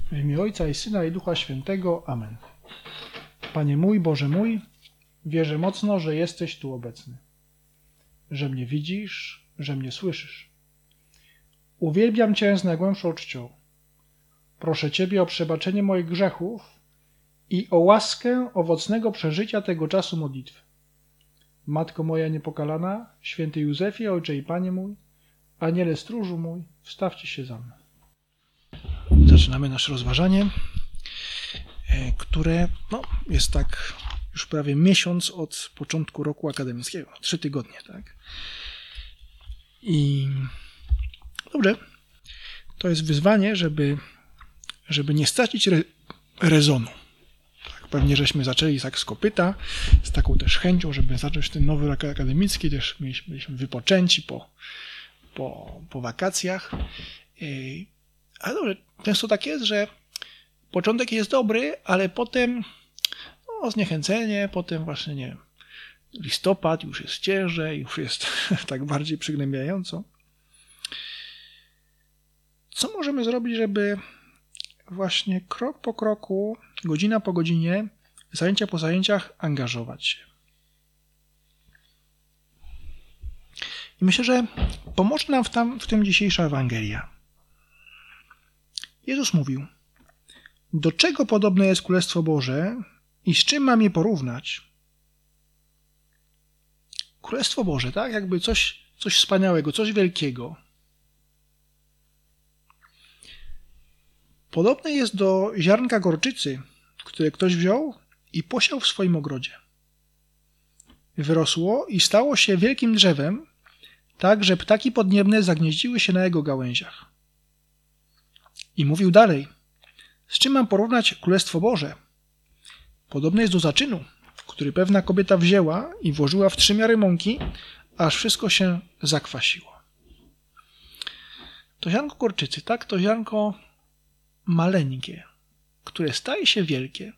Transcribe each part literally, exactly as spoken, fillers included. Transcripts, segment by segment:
W imię Ojca i Syna i Ducha Świętego. Amen. Panie mój, Boże mój, wierzę mocno, że jesteś tu obecny, że mnie widzisz, że mnie słyszysz. Uwielbiam Cię z najgłębszą czcią. Proszę Ciebie o przebaczenie moich grzechów i o łaskę owocnego przeżycia tego czasu modlitwy. Matko moja niepokalana, święty Józefie, Ojcze i Panie mój, Aniele stróżu mój, wstawcie się za mną. Zaczynamy nasze rozważanie, które no, jest tak już prawie miesiąc od początku roku akademickiego. Trzy tygodnie, tak? I dobrze, to jest wyzwanie, żeby, żeby nie stracić re, rezonu. Tak, pewnie żeśmy zaczęli tak z kopyta, z taką też chęcią, żeby zacząć ten nowy rok akademicki, też byliśmy, byliśmy wypoczęci po, po, po wakacjach. Ale dobrze, często tak jest, że początek jest dobry, ale potem no, zniechęcenie, potem właśnie, nie wiem, listopad już jest ciężej, już jest tak bardziej przygnębiająco. Co możemy zrobić, żeby właśnie krok po kroku, godzina po godzinie, zajęcia po zajęciach angażować się? I myślę, że pomoże nam w, tam, w tym dzisiejsza Ewangelia. Jezus mówił: do czego podobne jest Królestwo Boże i z czym mam je porównać? Królestwo Boże, tak? Jakby coś, coś wspaniałego, coś wielkiego. Podobne jest do ziarnka gorczycy, które ktoś wziął i posiał w swoim ogrodzie. Wyrosło i stało się wielkim drzewem, tak że ptaki podniebne zagnieździły się na jego gałęziach. I mówił dalej: z czym mam porównać Królestwo Boże? Podobne jest do zaczynu, który pewna kobieta wzięła i włożyła w trzy miary mąki, aż wszystko się zakwasiło. To ziarnko gorczycy, tak? To ziarnko maleńkie, które staje się wielkie.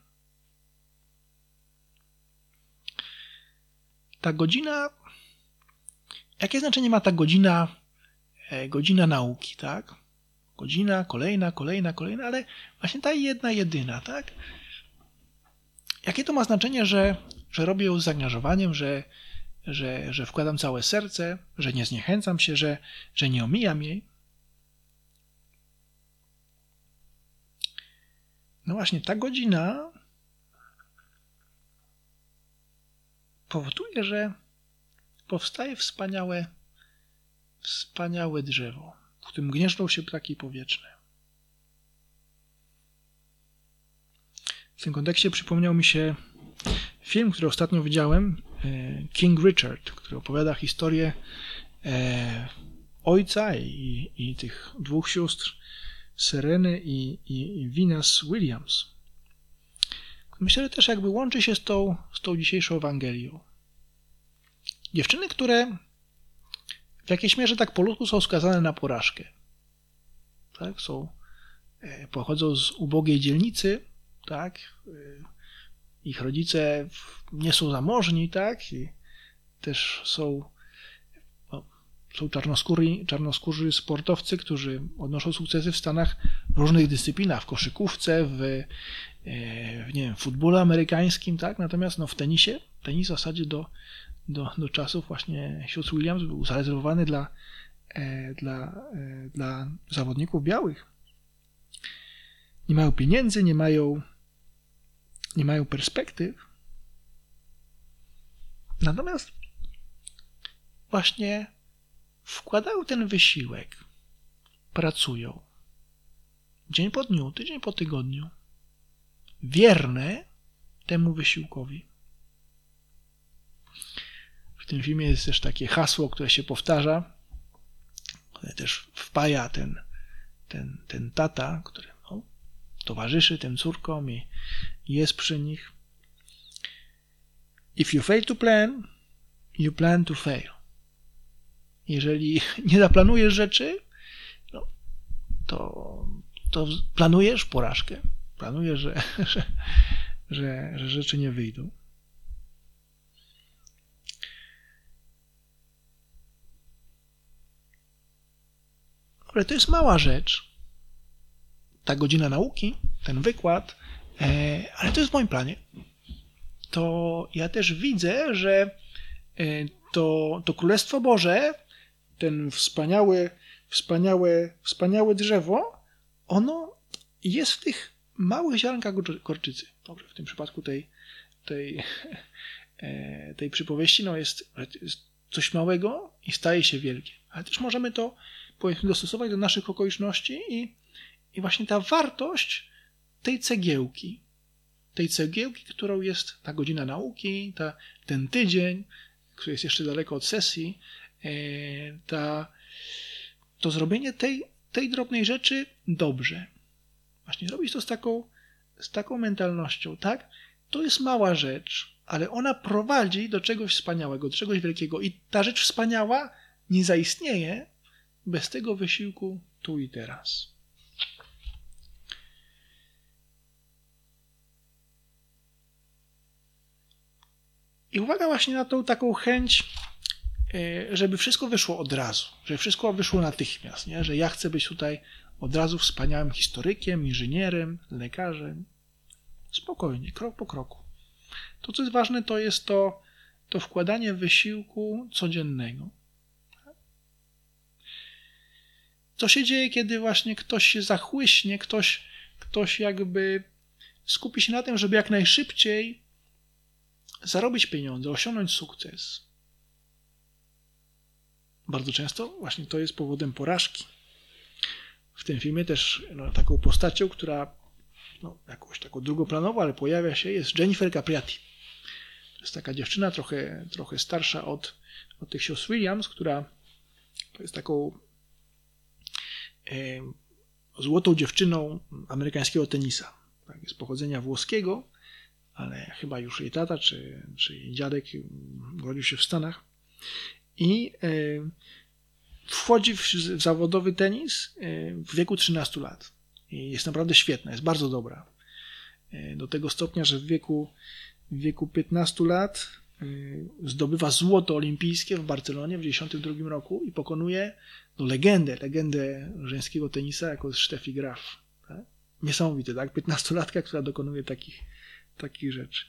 Ta godzina, jakie znaczenie ma ta godzina, godzina nauki, tak? Godzina, kolejna, kolejna, kolejna, ale właśnie ta jedna, jedyna, tak? Jakie to ma znaczenie, że, że robię ją z zaangażowaniem, że, że, że wkładam całe serce, że nie zniechęcam się, że, że nie omijam jej? No właśnie, ta godzina powoduje, że powstaje wspaniałe, wspaniałe drzewo, w którym gnieżdżą się ptaki powietrzne. W tym kontekście przypomniał mi się film, który ostatnio widziałem, King Richard, który opowiada historię ojca i, i tych dwóch sióstr, Sereny i, i, i Venus Williams. Myślę, że też jakby łączy się z tą, z tą dzisiejszą Ewangelią. Dziewczyny, które w jakiejś mierze tak po ludzku są skazane na porażkę. Tak? Są, pochodzą z ubogiej dzielnicy, tak? Ich rodzice nie są zamożni, tak? I też są, no, są czarnoskórzy, czarnoskórzy sportowcy, którzy odnoszą sukcesy w Stanach w różnych dyscyplinach, w koszykówce, w, w nie wiem, w futbolu amerykańskim, tak? Natomiast no, w tenisie, tenis w zasadzie do Do, do czasów właśnie sióstr Williams był zarezerwowany dla, e, dla, e, dla zawodników białych. Nie mają pieniędzy, nie mają, nie mają perspektyw. Natomiast właśnie wkładają ten wysiłek, pracują dzień po dniu, tydzień po tygodniu, wierne temu wysiłkowi. W tym filmie jest też takie hasło, które się powtarza, które też wpaja ten, ten, ten tata, który no, towarzyszy tym córkom i jest przy nich. If you fail to plan, you plan to fail. Jeżeli nie zaplanujesz rzeczy, no, to, to planujesz porażkę. Planujesz, że, że, że, że rzeczy nie wyjdą. Ale to jest mała rzecz. ta godzina nauki, ten wykład, e, ale to jest w moim planie. To ja też widzę, że e, to, to Królestwo Boże, ten wspaniały, wspaniałe, wspaniałe drzewo, ono jest w tych małych ziarnkach gorczycy. Dobrze, w tym przypadku tej, tej, e, tej przypowieści no jest, jest coś małego i staje się wielkie. Ale też możemy to powiedzmy dostosować do naszych okoliczności i, i właśnie ta wartość tej cegiełki, tej cegiełki, którą jest ta godzina nauki, ta, ten tydzień, który jest jeszcze daleko od sesji, e, ta, to zrobienie tej, tej drobnej rzeczy dobrze. Właśnie robić to z taką, z taką mentalnością, tak? To jest mała rzecz, ale ona prowadzi do czegoś wspaniałego, do czegoś wielkiego i ta rzecz wspaniała nie zaistnieje bez tego wysiłku tu i teraz. I uwaga właśnie na tą taką chęć, żeby wszystko wyszło od razu, żeby wszystko wyszło natychmiast, nie? Że ja chcę być tutaj od razu wspaniałym historykiem, inżynierem, lekarzem. Spokojnie, krok po kroku. To, co jest ważne, to jest to, to wkładanie wysiłku codziennego. Co się dzieje, kiedy właśnie ktoś się zachłyśnie, ktoś, ktoś jakby skupi się na tym, żeby jak najszybciej zarobić pieniądze, osiągnąć sukces. Bardzo często właśnie to jest powodem porażki. W tym filmie też no, taką postacią, która no, jakąś taką drugoplanową, ale pojawia się, jest Jennifer Capriati. To jest taka dziewczyna trochę, trochę starsza od, od tych sióstr Williams, która to jest taką e, złotą dziewczyną amerykańskiego tenisa. Tak, jest pochodzenia włoskiego, ale chyba już jej tata czy, czy jej dziadek urodził się w Stanach. I e, wchodzi w, w zawodowy tenis e, w wieku trzynastu lat. I jest naprawdę świetna, jest bardzo dobra. E, do tego stopnia, że w wieku, w wieku piętnastu lat e, zdobywa złoto olimpijskie w Barcelonie w dziewięćdziesiątym drugim roku i pokonuje no, legendę, legendę żeńskiego tenisa, jako jest Steffi Graf. Tak? Niesamowite, tak? piętnastolatka, która dokonuje takich, takich rzeczy.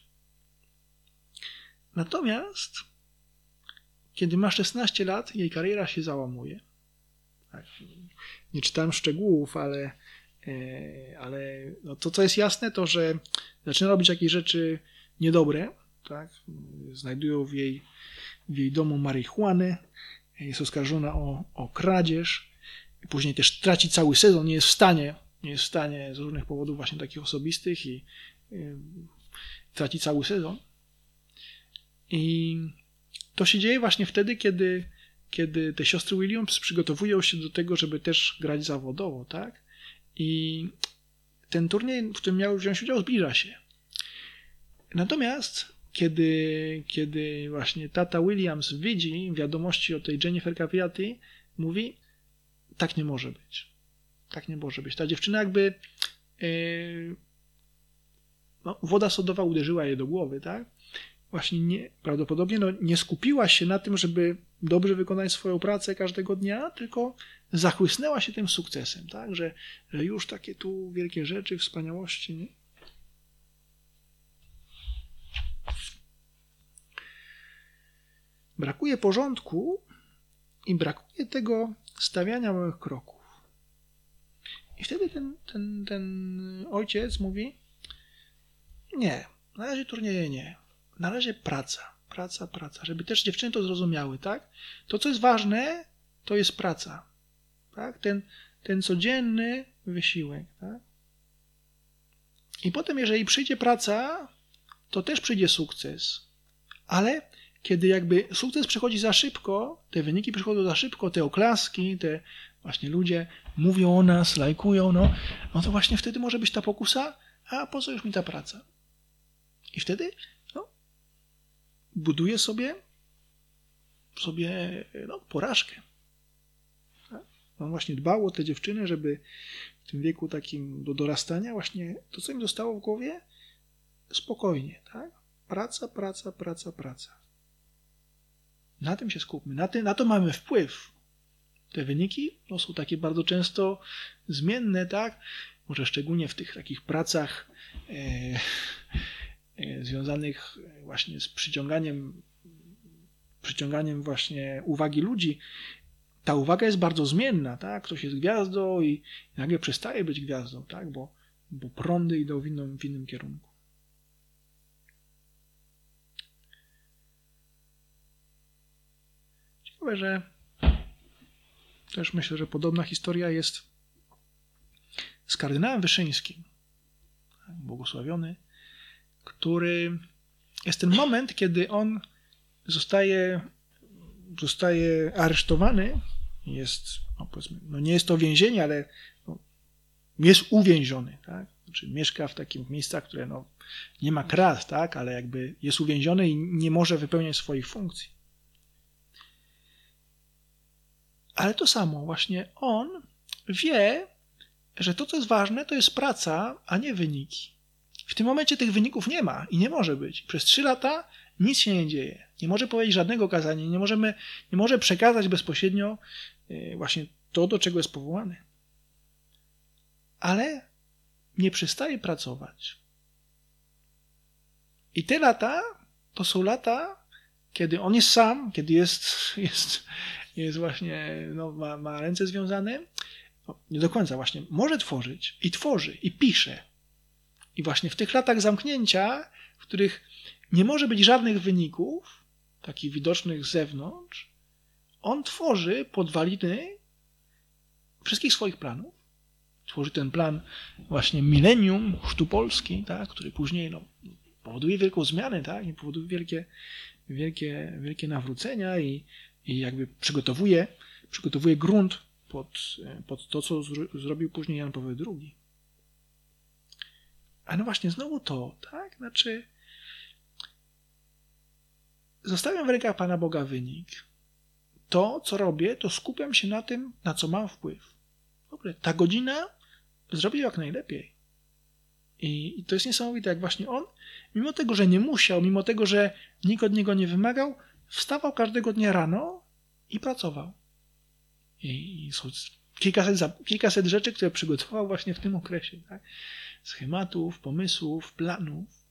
Natomiast kiedy ma szesnaście lat, jej kariera się załamuje. Tak. Nie czytałem szczegółów, ale, ale no to, co jest jasne, to, że zaczyna robić jakieś rzeczy niedobre. Tak? Znajdują w jej, w jej domu marihuanę, jest oskarżona o, o kradzież, później też traci cały sezon, nie jest w stanie, nie jest w stanie z różnych powodów właśnie takich osobistych i y, traci cały sezon. I to się dzieje właśnie wtedy, kiedy, kiedy te siostry Williams przygotowują się do tego, żeby też grać zawodowo, tak? I ten turniej, w którym miały wziąć udział, zbliża się. Natomiast kiedy, kiedy właśnie tata Williams widzi wiadomości o tej Jennifer Capriati, mówi, tak nie może być. Tak nie może być. Ta dziewczyna jakby yy, no, woda sodowa uderzyła jej do głowy, tak? Właśnie nie, prawdopodobnie no, nie skupiła się na tym, żeby dobrze wykonać swoją pracę każdego dnia, tylko zachłysnęła się tym sukcesem, tak? Że, że już takie tu wielkie rzeczy, wspaniałości. Nie? Brakuje porządku i brakuje tego stawiania małych kroków. I wtedy ten, ten, ten ojciec mówi, nie, na razie turnieje nie. Na razie praca, praca, praca, żeby też dziewczyny to zrozumiały, tak? To, co jest ważne, to jest praca, tak? Ten, ten codzienny wysiłek, tak? I potem, jeżeli przyjdzie praca, to też przyjdzie sukces. Ale kiedy jakby sukces przychodzi za szybko, te wyniki przychodzą za szybko, te oklaski, te właśnie ludzie mówią o nas, lajkują, no, no to właśnie wtedy może być ta pokusa, a po co już mi ta praca? I wtedy buduje sobie, sobie no, porażkę. Tak? On właśnie dbał o te dziewczyny, żeby w tym wieku takim do dorastania właśnie to, co im zostało w głowie, spokojnie. Tak? Praca, praca, praca, praca. Na tym się skupmy. Na, ty, na to mamy wpływ. Te wyniki no, są takie bardzo często zmienne, tak? może szczególnie w tych takich pracach e, e, związanych właśnie z przyciąganiem, przyciąganiem właśnie uwagi ludzi, ta uwaga jest bardzo zmienna, tak? Ktoś jest gwiazdą i nagle przestaje być gwiazdą, tak? Bo, bo prądy idą w innym, w innym kierunku. Ciekawe, że też myślę, że podobna historia jest z kardynałem Wyszyńskim, błogosławiony, który jest ten moment, kiedy on zostaje, zostaje aresztowany, jest, no powiedzmy, no nie jest to więzienie, ale no, jest uwięziony, tak? Znaczy mieszka w takich miejscach, które no, nie ma krat, tak? Ale jakby jest uwięziony i nie może wypełniać swoich funkcji. Ale to samo, właśnie on wie, że to, co jest ważne, to jest praca, a nie wyniki. W tym momencie tych wyników nie ma i nie może być. Przez trzy lata nic się nie dzieje. Nie może powiedzieć żadnego kazania, nie, możemy, nie może przekazać bezpośrednio właśnie to, do czego jest powołany. Ale nie przestaje pracować. I te lata to są lata, kiedy on jest sam, kiedy jest, jest, jest właśnie, no, ma, ma ręce związane, no, nie do końca właśnie, może tworzyć i tworzy, i pisze. I właśnie w tych latach zamknięcia, w których nie może być żadnych wyników, takich widocznych z zewnątrz, on tworzy podwaliny wszystkich swoich planów. Tworzy ten plan właśnie milenium chrztu Polski, tak, który później no, powoduje wielką zmianę, tak, i powoduje wielkie, wielkie, wielkie nawrócenia i, i jakby przygotowuje, przygotowuje grunt pod, pod to, co zro, zrobił później Jan Paweł drugi. A no właśnie, znowu to, tak, znaczy zostawiam w rękach Pana Boga wynik. To, co robię, to skupiam się na tym, na co mam wpływ. Dobre, ta godzina zrobił jak najlepiej. I, I to jest niesamowite, jak właśnie on, mimo tego, że nie musiał, mimo tego, że nikt od niego nie wymagał, wstawał każdego dnia rano i pracował. I, i są kilkaset, kilkaset rzeczy, które przygotował właśnie w tym okresie. Tak? Schematów, pomysłów, planów.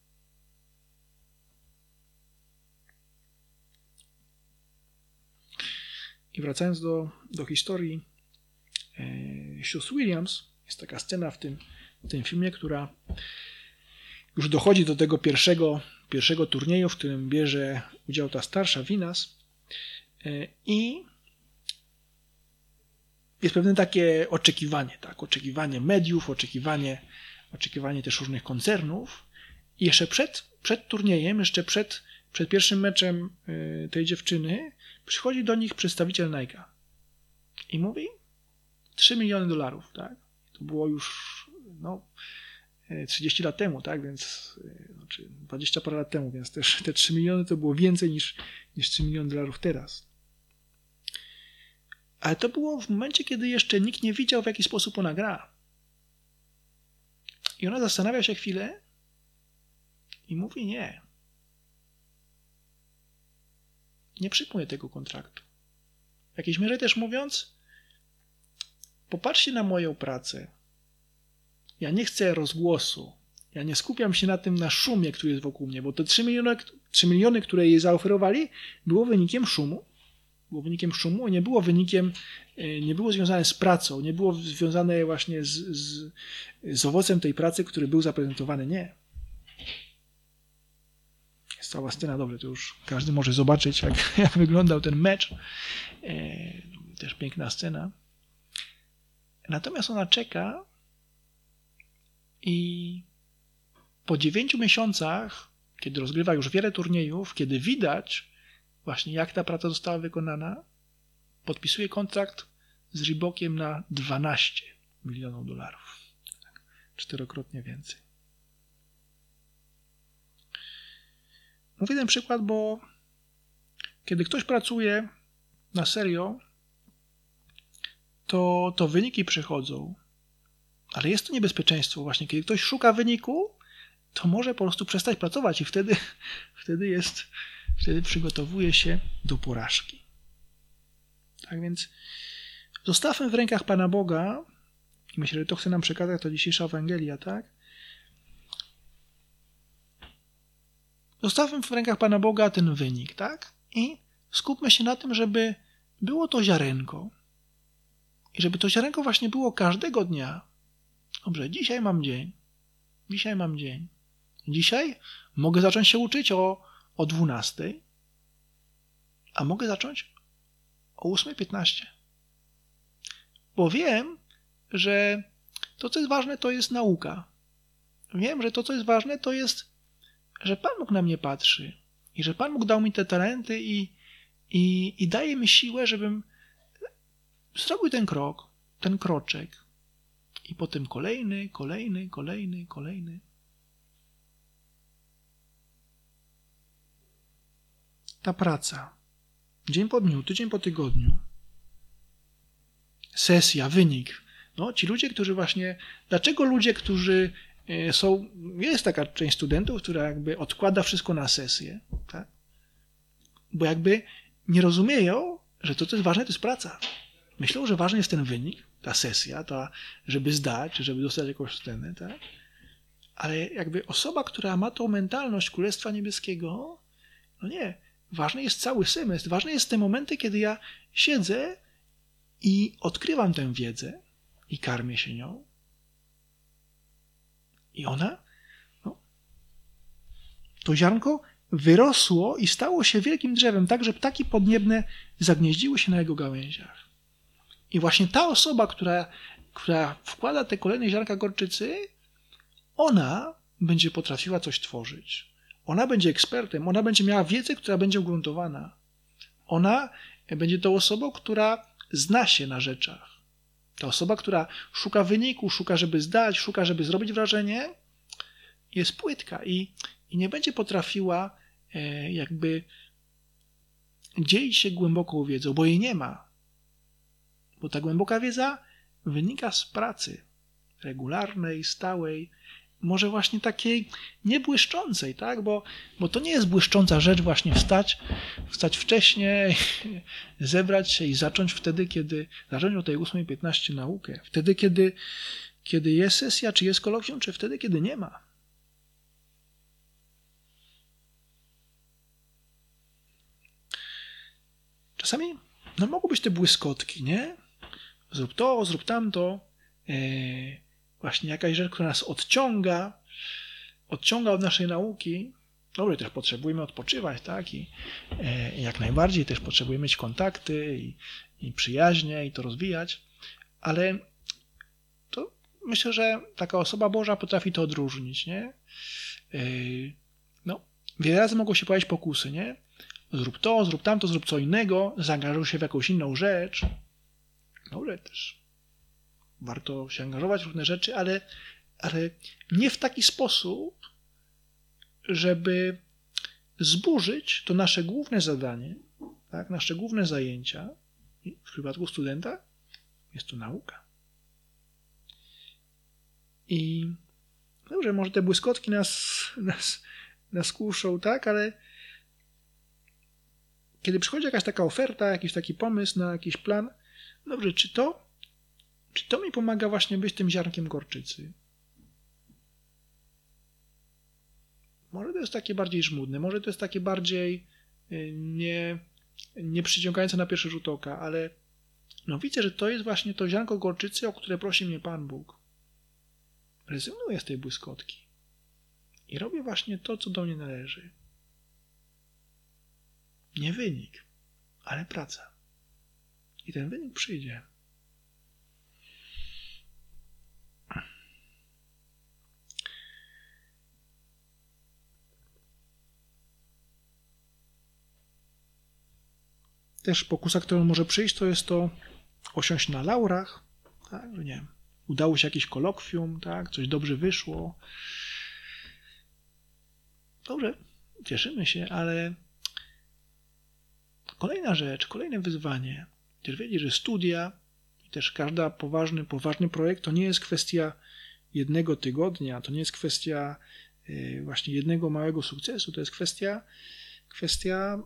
I wracając do, do historii e, sióstr Williams, jest taka scena w tym, w tym filmie, która już dochodzi do tego pierwszego, pierwszego turnieju, w którym bierze udział ta starsza Venus e, i jest pewne takie oczekiwanie, tak, oczekiwanie mediów, oczekiwanie, oczekiwanie też różnych koncernów i jeszcze przed, przed turniejem, jeszcze przed, przed pierwszym meczem e, tej dziewczyny przychodzi do nich przedstawiciel Nike'a i mówi trzy miliony dolarów, tak? To było już no, trzydzieści lat temu, tak? Więc znaczy dwadzieścia parę lat temu, więc też te trzy miliony to było więcej niż, niż trzy miliony dolarów teraz. Ale to było w momencie, kiedy jeszcze nikt nie widział, w jaki sposób ona gra. I ona zastanawia się chwilę i mówi nie. Nie przyjmuję tego kontraktu. W jakiejś mierze też mówiąc, popatrzcie na moją pracę. Ja nie chcę rozgłosu. Ja nie skupiam się na tym, na szumie, który jest wokół mnie, bo te trzy miliony, trzy miliony, które jej zaoferowali, było wynikiem szumu. Było wynikiem szumu, nie było wynikiem, nie było związane z pracą, nie było związane właśnie z, z, z owocem tej pracy, który był zaprezentowany. Nie. Jest cała scena, dobrze, to już każdy może zobaczyć, jak, jak wyglądał ten mecz. E, też piękna scena. Natomiast ona czeka i po dziewięciu miesiącach, kiedy rozgrywa już wiele turniejów, kiedy widać właśnie jak ta praca została wykonana, podpisuje kontrakt z Reebokiem na dwanaście milionów dolarów. Czterokrotnie więcej. Mówię ten przykład, bo kiedy ktoś pracuje na serio, to, to wyniki przychodzą, ale jest to niebezpieczeństwo właśnie. Kiedy ktoś szuka wyniku, to może po prostu przestać pracować i wtedy, wtedy jest, wtedy przygotowuje się do porażki. Tak więc zostawmy w rękach Pana Boga I myślę, że to chce nam przekazać to dzisiejsza Ewangelia, tak? Zostawmy w rękach Pana Boga ten wynik, tak? I skupmy się na tym, żeby było to ziarenko. I żeby to ziarenko właśnie było każdego dnia. Dobrze, dzisiaj mam dzień. Dzisiaj mam dzień. Dzisiaj mogę zacząć się uczyć o, o dwunastej, a mogę zacząć o ósmej piętnaście. Bo wiem, że to, co jest ważne, to jest nauka. Wiem, że to, co jest ważne, to jest, że Pan Bóg na mnie patrzy i że Pan Bóg dał mi te talenty i, i, i daje mi siłę, żebym zrobił ten krok, ten kroczek i potem kolejny, kolejny, kolejny, kolejny. Ta praca, dzień po dniu, tydzień po tygodniu, sesja, wynik. No, ci ludzie, którzy właśnie, dlaczego ludzie, którzy są, jest taka część studentów, która jakby odkłada wszystko na sesję, tak? Bo jakby nie rozumieją, że to, co jest ważne, to jest praca. Myślą, że ważny jest ten wynik, ta sesja, ta, żeby zdać, żeby dostać jakąś scenę, tak? Ale jakby osoba, która ma tą mentalność Królestwa Niebieskiego, no nie, ważny jest cały semestr, ważne jest te momenty, kiedy ja siedzę i odkrywam tę wiedzę i karmię się nią. I ona, no, to ziarnko wyrosło i stało się wielkim drzewem, tak, że ptaki podniebne zagnieździły się na jego gałęziach. I właśnie ta osoba, która, która wkłada te kolejne ziarnka gorczycy, ona będzie potrafiła coś tworzyć. Ona będzie ekspertem, ona będzie miała wiedzę, która będzie ugruntowana. Ona będzie tą osobą, która zna się na rzeczach. Ta osoba, która szuka wyniku, szuka, żeby zdać, szuka, żeby zrobić wrażenie, jest płytka i, i nie będzie potrafiła e, jakby dzielić się głęboką wiedzą, bo jej nie ma. Bo ta głęboka wiedza wynika z pracy regularnej, stałej, może właśnie takiej niebłyszczącej, tak? Bo, bo to nie jest błyszcząca rzecz właśnie wstać, wstać wcześniej, zebrać się i zacząć wtedy, kiedy, zacząć o tej ósmej piętnaście naukę. Wtedy, kiedy, kiedy jest sesja, czy jest kolokwium, czy wtedy, kiedy nie ma. Czasami no mogą być te błyskotki, nie? Zrób to, zrób tamto. Yy, właśnie jakaś rzecz, która nas odciąga, odciąga od naszej nauki. Dobrze, też potrzebujemy odpoczywać, tak? I yy, jak najbardziej też potrzebujemy mieć kontakty i, i przyjaźnie i to rozwijać. Ale to myślę, że taka osoba Boża potrafi to odróżnić, nie? Yy, no, wiele razy mogą się pojawić pokusy, nie? Zrób to, zrób tamto, zrób co innego, zaangażuj się w jakąś inną rzecz. Dobrze też. Warto się angażować w różne rzeczy, ale, ale nie w taki sposób, żeby zburzyć to nasze główne zadanie, tak, nasze główne zajęcia. I w przypadku studenta jest to nauka. I dobrze, może te błyskotki nas, nas, nas kuszą, tak, ale kiedy przychodzi jakaś taka oferta, jakiś taki pomysł na jakiś plan, dobrze, czy to, czy to mi pomaga właśnie być tym ziarnkiem gorczycy? Może to jest takie bardziej żmudne, może to jest takie bardziej nie, nie przyciągające na pierwszy rzut oka, ale no widzę, że to jest właśnie to ziarnko gorczycy, o które prosi mnie Pan Bóg. Rezygnuję z tej błyskotki i robię właśnie to, co do mnie należy. Nie wynik, ale praca. I ten wynik przyjdzie. Też pokusa, którą może przyjść, to jest to osiąść na laurach, tak, że nie wiem, udało się jakieś kolokwium, tak, coś dobrze wyszło. Dobrze, cieszymy się, ale kolejna rzecz, kolejne wyzwanie. Też wiedzieć, że studia i też każdy poważny, poważny projekt to nie jest kwestia jednego tygodnia, to nie jest kwestia właśnie jednego małego sukcesu, to jest kwestia, kwestia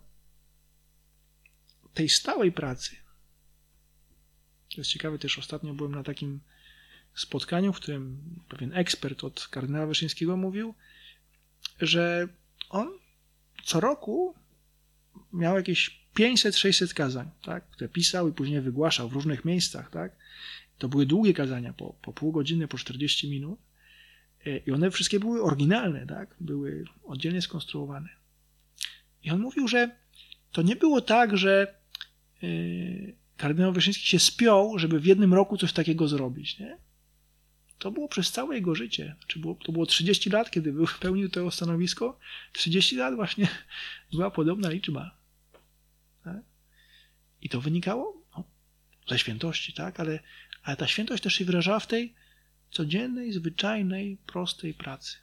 tej stałej pracy. To jest ciekawe, też ostatnio byłem na takim spotkaniu, w którym pewien ekspert od kardynała Wyszyńskiego mówił, że on co roku miał jakieś pięćset sześćset kazań, tak, które pisał i później wygłaszał w różnych miejscach. Tak. To były długie kazania, po, po pół godziny, po czterdzieści minut. I one wszystkie były oryginalne, tak, były oddzielnie skonstruowane. I on mówił, że to nie było tak, że yy, kardynał Wyszyński się spiął, żeby w jednym roku coś takiego zrobić. Nie? To było przez całe jego życie. Znaczy było, to było trzydzieści lat, kiedy był, pełnił to stanowisko. trzydzieści lat właśnie była podobna liczba. Tak? I to wynikało no, ze świętości, tak? ale, ale ta świętość też się wyrażała w tej codziennej, zwyczajnej, prostej pracy,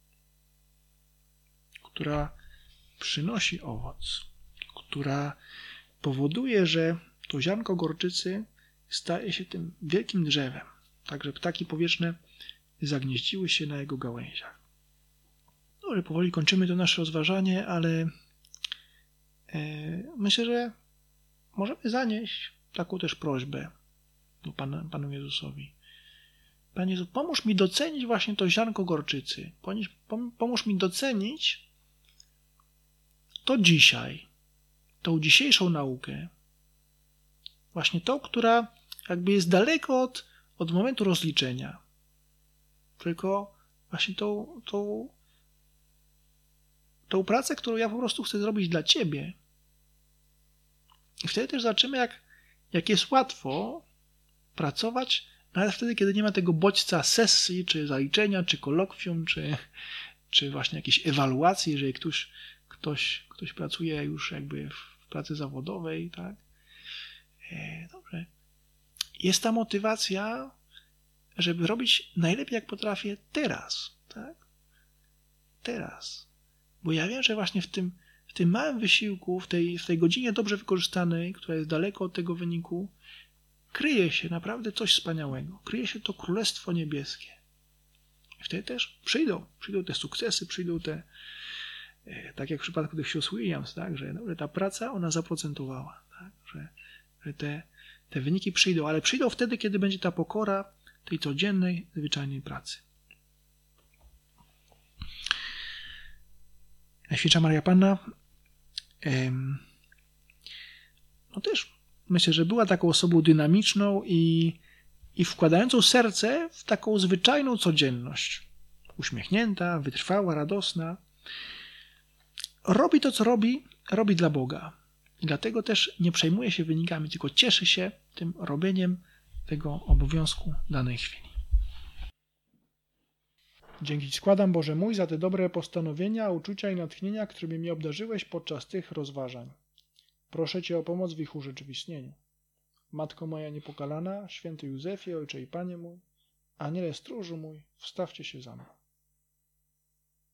która przynosi owoc, która powoduje, że to ziarnko gorczycy staje się tym wielkim drzewem, tak że ptaki powietrzne zagnieździły się na jego gałęziach. Dobrze, powoli kończymy to nasze rozważanie, ale e, myślę, że możemy zanieść taką też prośbę do Pana, Panu Jezusowi. Panie Jezu, pomóż mi docenić właśnie to ziarnko gorczycy. Pomóż mi docenić to dzisiaj, tą dzisiejszą naukę. Właśnie tą, która jakby jest daleko od, od momentu rozliczenia. Tylko właśnie tą, tą, tą pracę, którą ja po prostu chcę zrobić dla Ciebie. I wtedy też zobaczymy, jak, jak jest łatwo pracować, nawet wtedy, kiedy nie ma tego bodźca sesji, czy zaliczenia, czy kolokwium, czy, czy właśnie jakiejś ewaluacji, jeżeli ktoś, ktoś, ktoś pracuje już jakby w pracy zawodowej, tak? E, dobrze. Jest ta motywacja, żeby robić najlepiej, jak potrafię teraz, tak? Teraz. Bo ja wiem, że właśnie w tym, w tym małym wysiłku, w tej, w tej godzinie dobrze wykorzystanej, która jest daleko od tego wyniku, kryje się naprawdę coś wspaniałego. Kryje się to Królestwo Niebieskie. I wtedy też przyjdą, przyjdą te sukcesy, przyjdą te, tak jak w przypadku tych sióstr Williams, tak, że, no, że ta praca, ona zaprocentowała, tak, że, że te, te wyniki przyjdą, ale przyjdą wtedy, kiedy będzie ta pokora tej codziennej, zwyczajnej pracy. Najświętsza Maria Panna em, no też myślę, że była taką osobą dynamiczną i, i wkładającą serce w taką zwyczajną codzienność. Uśmiechnięta, wytrwała, radosna. Robi to, co robi, robi dla Boga. I dlatego też nie przejmuje się wynikami, tylko cieszy się tym robieniem tego obowiązku danej chwili. Dzięki Ci składam, Boże mój, za te dobre postanowienia, uczucia i natchnienia, którymi mnie obdarzyłeś podczas tych rozważań. Proszę Cię o pomoc w ich urzeczywistnieniu. Matko moja niepokalana, święty Józefie, Ojcze i Panie mój, Aniele stróżu mój, wstawcie się za mną.